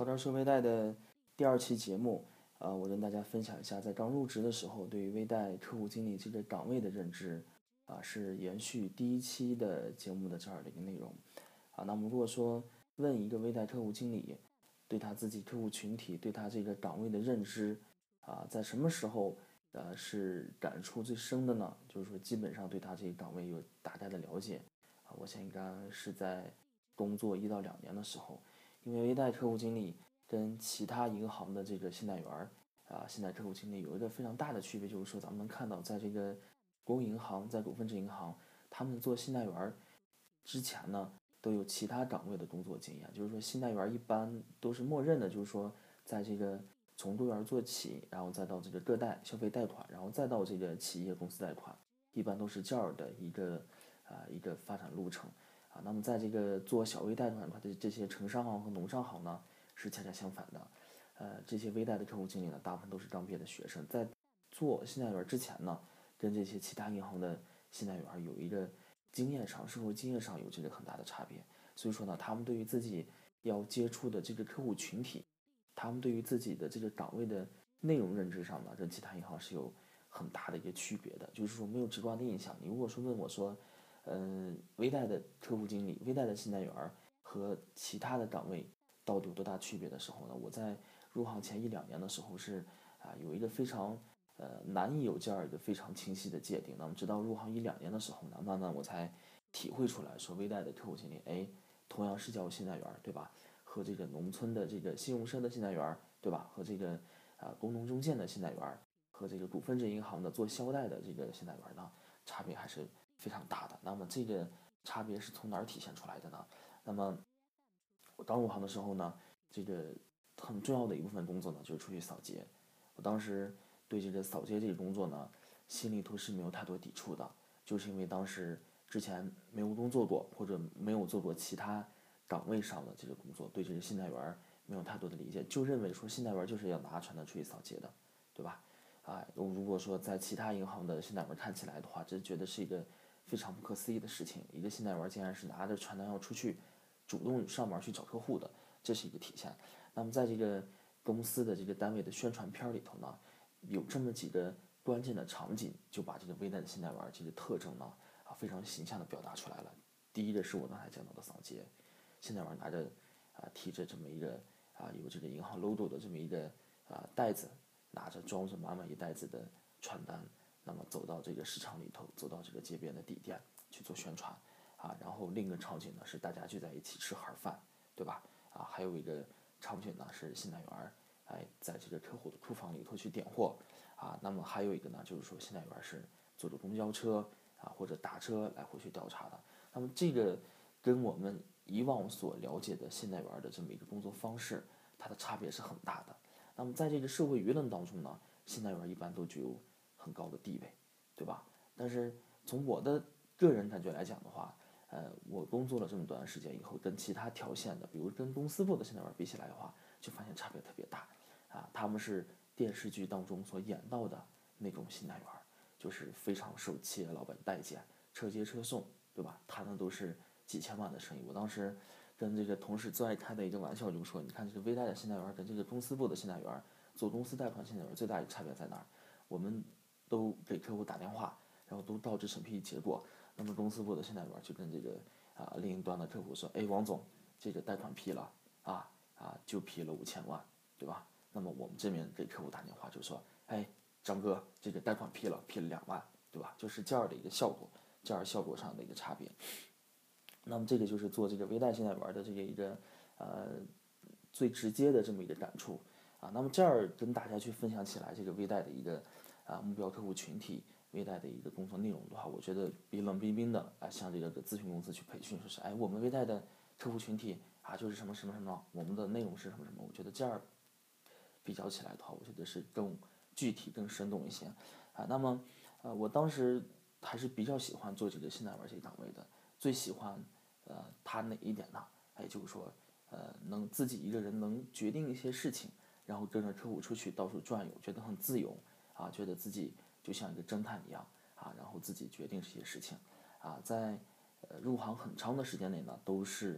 曹超说微贷的第2期节目，我跟大家分享一下，在刚入职的时候，对于微贷客户经理这个岗位的认知，是延续第1期的节目的这样的一个内容，那么如果说问一个微贷客户经理，对他自己客户群体，对他这个岗位的认知，在什么时候，是感触最深的呢？就是说，基本上对他这个岗位有大概的了解，我想应该是在工作1到2年的时候。因为微贷客户经理跟其他银行的这个信贷员信贷客户经理有一个非常大的区别，就是说咱们能看到，在这个国有银行、在股份制银行，他们做信贷员之前呢，都有其他岗位的工作经验。就是说，信贷员一般都是默认的，就是说，在这个从多元做起，然后再到这个个贷、消费贷款，然后再到这个企业公司贷款，一般都是这样的一个发展路程。那么在这个做小微贷款的这些城商行和农商行呢，是恰恰相反的。这些微贷的客户经理呢，大部分都是刚毕业的学生，在做信贷员之前呢，跟这些其他银行的信贷员有一个生活经验上有这个很大的差别。所以说呢，他们对于自己要接触的这个客户群体，他们对于自己的这个岗位的内容认知上呢，跟其他银行是有很大的一个区别的。就是说没有直观的印象。你如果说问我说，微贷的客户经理、微贷的信贷员和其他的岗位到底有多大区别的时候呢？我在入行前1、2年的时候是有一个非常难以有这样一个非常清晰的界定。那么直到入行1、2年的时候呢，慢慢我才体会出来，说微贷的客户经理，同样是叫信贷员，对吧？和这个农村的这个信用社的信贷员，对吧？和这个工农中建的信贷员，和这个股份制银行的做销贷的这个信贷员呢，差别还是非常大的。那么这个差别是从哪儿体现出来的呢？那么我刚入行的时候呢，这个很重要的一部分工作呢，就是出去扫街。我当时对这个扫街这个工作呢，心里头是没有太多抵触的，就是因为当时之前没有工作过，或者没有做过其他岗位上的这个工作，对这个信贷员没有太多的理解，就认为说信贷员就是要拿传单出去扫街的，对吧？如果说在其他银行的信贷员看起来的话，这觉得是一个非常不可思议的事情。一个信贷员竟然是拿着传单要出去主动上门去找客户的，这是一个体现。那么在这个公司的这个单位的宣传片里头呢，有这么几个关键的场景，就把这个微贷的信贷员这个特征呢非常形象的表达出来了。第一个是我刚才讲到的扫街，信贷员拿着提着这么一个有这个银行 logo 的这么一个袋子，拿着装着满满一袋子的传单，那么走到这个市场里头，走到这个街边的底店去做宣传然后另一个场景呢是大家聚在一起吃盒饭，对吧？还有一个场景呢是信贷员在这个客户的库房里头去点货那么还有一个呢就是说信贷员是坐着公交车或者打车来回去调查的。那么这个跟我们以往所了解的信贷员的这么一个工作方式，它的差别是很大的。那么在这个社会舆论当中呢，信贷员一般都具有很高的地位，对吧？但是从我的个人感觉来讲的话，我工作了这么短时间以后，跟其他条线的，比如跟公司部的信贷员比起来的话，就发现差别特别大他们是电视剧当中所演到的那种信贷员，就是非常受企业老板待见，车接车送，对吧？谈的都是几千万的生意。我当时跟这个同事最爱开的一个玩笑就是说，你看这个微贷的信贷员跟这个公司部的信贷员做公司贷款信贷员最大的差别在哪儿？我们都给客户打电话，然后都到职审批结果。那么公司部的信贷员就跟这个另一端的客户说，王总，这个贷款批了就批了5000万，对吧？那么我们这边给客户打电话就说，张哥，这个贷款批了2万，对吧？就是这样的一个效果，这样效果上的一个差别。那么这个就是做这个微贷信贷员的这个一个最直接的这么一个感触那么这儿跟大家去分享起来这个微贷的一个目标客户群体，微贷的一个工作内容的话，我觉得比冷冰冰的向这个咨询公司去培训，说是我们微贷的客户群体就是什么什么什么，我们的内容是什么什么，我觉得这样比较起来的话，我觉得是更具体、更生动一些那么我当时还是比较喜欢做这个信贷员这个岗位的，最喜欢他哪一点呢？就是说能自己一个人能决定一些事情，然后跟着客户出去到处转悠，觉得很自由觉得自己就像一个侦探一样然后自己决定这些事情在入行很长的时间内呢，都是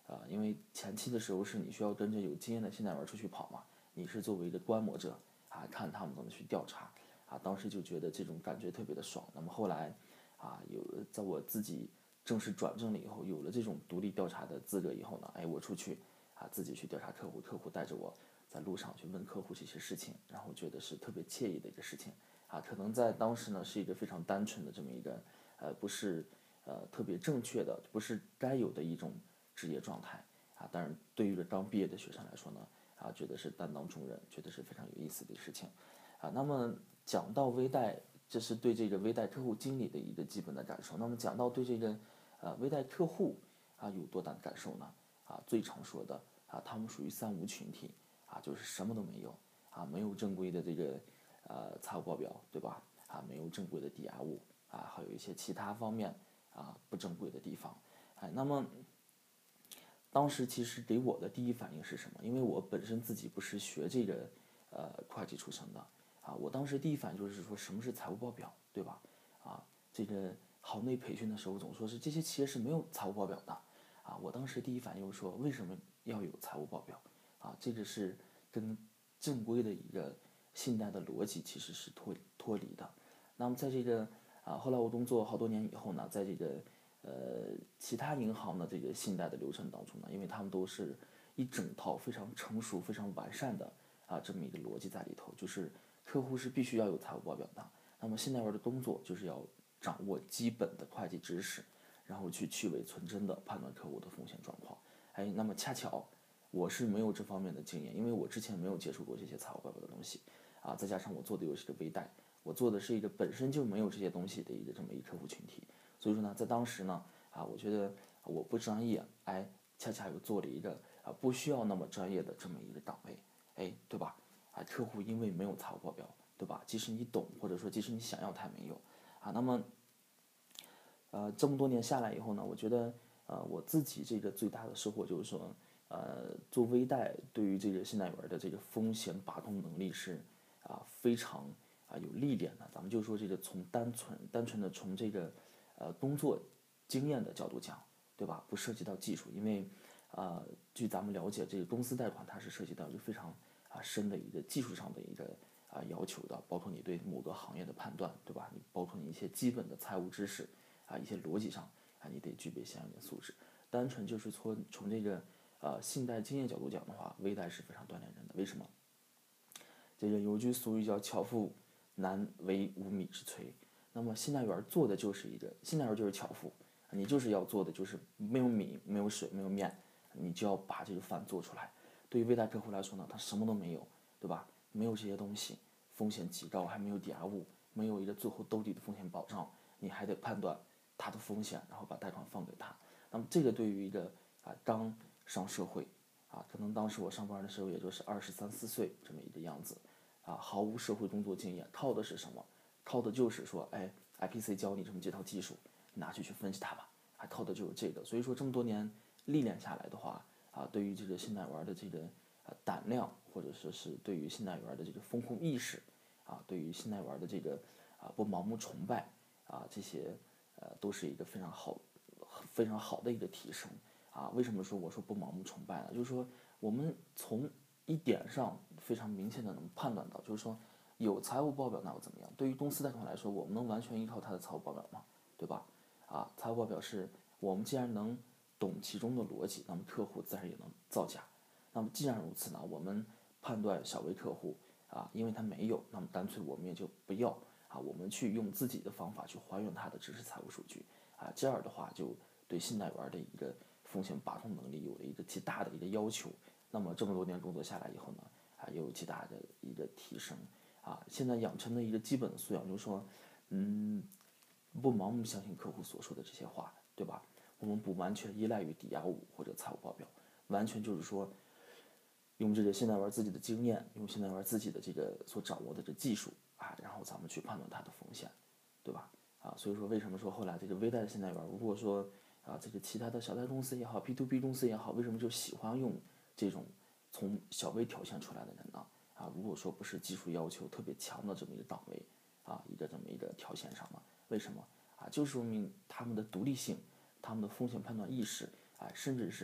因为前期的时候是你需要跟着有经验的信贷员出去跑嘛，你是作为一个观摩者看他们怎么去调查当时就觉得这种感觉特别的爽。那么后来在我自己正式转正了以后，有了这种独立调查的资格以后呢，我出去自己去调查客户，客户带着我在路上去问客户这些事情，然后觉得是特别惬意的一个事情可能在当时呢是一个非常单纯的这么一个不是特别正确的，不是该有的一种职业状态当然对于这刚毕业的学生来说呢觉得是担当重任，觉得是非常有意思的事情那么讲到微贷，这是对这个微贷客户经理的一个基本的感受。那么讲到对这个微贷客户有多大的感受呢？最常说的他们属于三无群体就是什么都没有没有正规的这个财务报表，对吧？没有正规的抵押物还有一些其他方面不正规的地方。那么当时其实给我的第一反应是什么？因为我本身自己不是学这个会计出身的我当时第一反应就是说什么是财务报表，对吧？这个行内培训的时候总说是这些企业是没有财务报表的我当时第一反应就是说为什么要有财务报表这个是跟正规的一个信贷的逻辑其实是脱离的。那么在这个后来我工作好多年以后呢，在这个其他银行的这个信贷的流程当中呢，因为他们都是一整套非常成熟、非常完善的这么一个逻辑在里头，就是客户是必须要有财务报表的。那么信贷员的工作就是要掌握基本的会计知识，然后去伪存真的判断客户的风险状况。那么恰巧我是没有这方面的经验，因为我之前没有接触过这些财务报表的东西再加上我做的又是个微贷，我做的是一个本身就没有这些东西的一个这么一个客户群体，所以说呢，在当时呢我觉得我不专业，恰恰又做了一个不需要那么专业的这么一个岗位，对吧？客户因为没有财务报表，对吧？即使你懂，或者说即使你想要，他没有那么这么多年下来以后呢，我觉得我自己这个最大的收获就是说做微贷对于这个信贷员的这个风险把控能力是非常有历练的。咱们就说这个从单纯的从这个工作经验的角度讲，对吧？不涉及到技术，因为据咱们了解，这个公司贷款它是涉及到一个非常深的一个技术上的一个要求的，包括你对某个行业的判断，对吧？你包括你一些基本的财务知识一些逻辑上你得具备相应的素质。单纯就是从这个信贷经验角度讲的话，微贷是非常锻炼人的。为什么？这个有句俗语叫“巧妇难为无米之炊”。那么信贷员做的就是信贷员就是巧妇，你就是要做的就是没有米、没有水、没有面，你就要把这个饭做出来。对于微贷客户来说呢，他什么都没有，对吧？没有这些东西，风险极高，还没有抵押物，没有一个最后兜底的风险保障，你还得判断他的风险，然后把贷款放给他。那么这个对于一个刚上社会可能当时我上班的时候也就是23、24岁这么一个样子毫无社会工作经验，靠的是什么？靠的就是说IPC 教你这么几套技术，你拿去分析它吧靠的就是这个。所以说这么多年历练下来的话对于这个信贷员的这个胆量，或者说是对于信贷员的这个风控意识对于信贷员的这个不盲目崇拜这些都是一个非常好的一个提升为什么说我说不盲目崇拜呢？就是说我们从一点上非常明显的能判断到，就是说有财务报表那又怎么样？对于公司贷款来说，我们能完全依靠它的财务报表吗？对吧？财务报表是我们既然能懂其中的逻辑，那么客户自然也能造假。那么既然如此呢，我们判断小微客户因为他没有，那么干脆我们也就不要我们去用自己的方法去还原他的真实财务数据这样的话就对信贷员的一个风险把控能力有了一个极大的一个要求。那么这么多年工作下来以后呢也有极大的一个提升现在养成的一个基本的素养就是说不盲目相信客户所说的这些话，对吧？我们不完全依赖于抵押物或者财务报表，完全就是说用这个信贷员自己的经验，用信贷员自己的这个所掌握的这技术然后咱们去判断它的风险，对吧？所以说为什么说后来这个微贷的信贷员，如果说这个其他的小贷公司也好 ，P2P 公司也好，为什么就喜欢用这种从小微条线出来的人呢？如果说不是技术要求特别强的这么一个岗位一个这么一个条线上呢？为什么就说明他们的独立性、他们的风险判断意识甚至是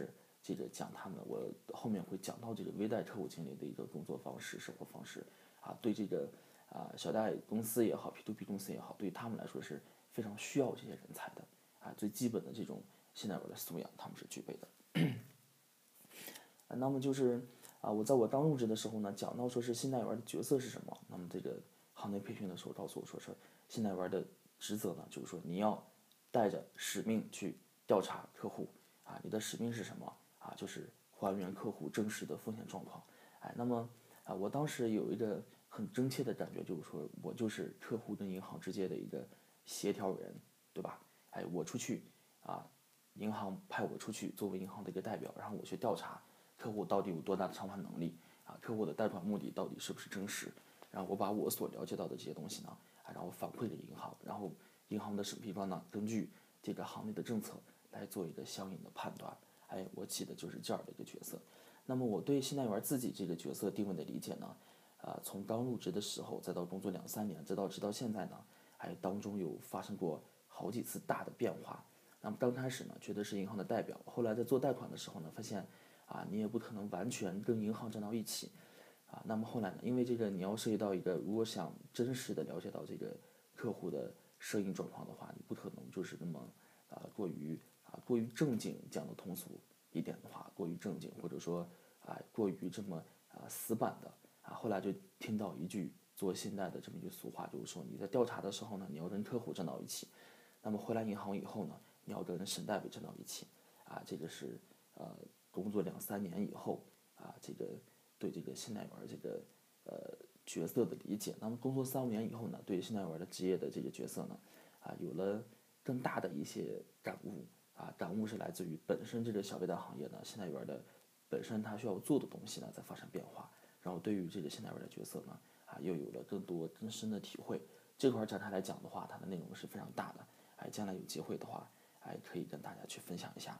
这个讲他们，我后面会讲到这个微贷客户经理的一个工作方式、生活方式对这个小贷公司也好，P2P 公司也好，对于他们来说是非常需要这些人才的最基本的这种信贷员的素养，他们是具备的。那么就是我在我刚入职的时候呢，讲到说是信贷员的角色是什么。那么这个行内培训的时候告诉我说是信贷员的职责呢，就是说你要带着使命去调查客户你的使命是什么就是还原客户真实的风险状况。那么我当时有一个很真切的感觉，就是说我就是客户跟银行之间的一个协调人，对吧？我出去银行派我出去作为银行的一个代表，然后我去调查客户到底有多大的偿还能力客户的贷款目的到底是不是真实，然后我把我所了解到的这些东西呢然后反馈给银行，然后银行的审批官呢根据这个行内的政策来做一个相应的判断。我起的就是这样的一个角色。那么我对信贷员自己这个角色定位的理解呢从刚入职的时候再到工作2-3年，直到现在呢当中有发生过好几次大的变化。那么刚开始呢觉得是银行的代表，后来在做贷款的时候呢发现你也不可能完全跟银行站到一起那么后来呢，因为这个你要涉及到一个，如果想真实的了解到这个客户的生意状况的话，你不可能就是那么过于正经，讲的通俗一点的话，过于正经或者说过于这么死板的后来就听到一句做信贷的这么一句俗话，就是说你在调查的时候呢，你要跟客户站到一起，那么回来银行以后呢，你要跟审代委站到一起这个是工作2-3年以后这个对这个信贷员这个角色的理解。那么工作3-5年以后呢，对信贷员的职业的这个角色呢有了更大的一些感悟感悟是来自于本身这个小微贷行业呢，信贷员的本身他需要做的东西呢在发生变化，然后对于这个信贷员的角色呢又有了更多更深的体会。这块展开来讲的话，它的内容是非常大的将来有机会的话可以跟大家去分享一下。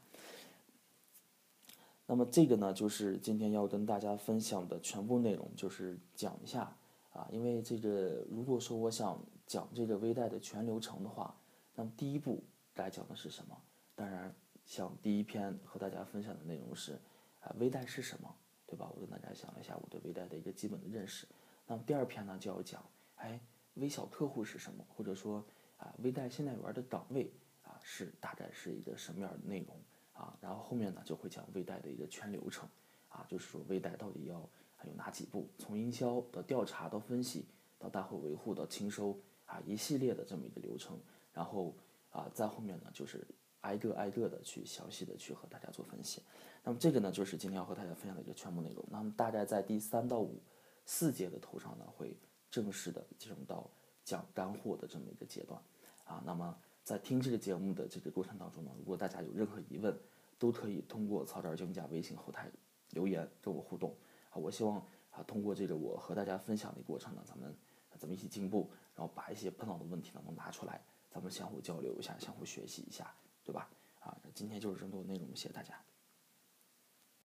那么这个呢，就是今天要跟大家分享的全部内容，就是讲一下因为这个如果说我想讲这个微贷的全流程的话，那么第一步该讲的是什么？当然，像第一篇和大家分享的内容是微贷是什么，对吧？我跟大家讲了一下我对微贷的一个基本的认识。那么第二篇呢，就要讲微小客户是什么，或者说微贷信贷员的岗位是大概是一个什么样的内容然后后面呢就会讲微贷的一个全流程就是说微贷到底要有哪几步，从营销到调查到分析到贷后维护到清收一系列的这么一个流程。然后在后面呢就是挨个的去详细的去和大家做分析。那么这个呢就是今天要和大家分享的一个全部内容。那么大概在第3到4节的头上呢会正式的进入到讲干货的这么一个阶段那么在听这个节目的这个过程当中呢，如果大家有任何疑问，都可以通过曹点教育家微信后台留言跟我互动我希望通过这个我和大家分享的过程呢，咱们一起进步，然后把一些碰到的问题呢能拿出来，咱们相互交流一下，相互学习一下，对吧？今天就是这么多内容，谢谢大家。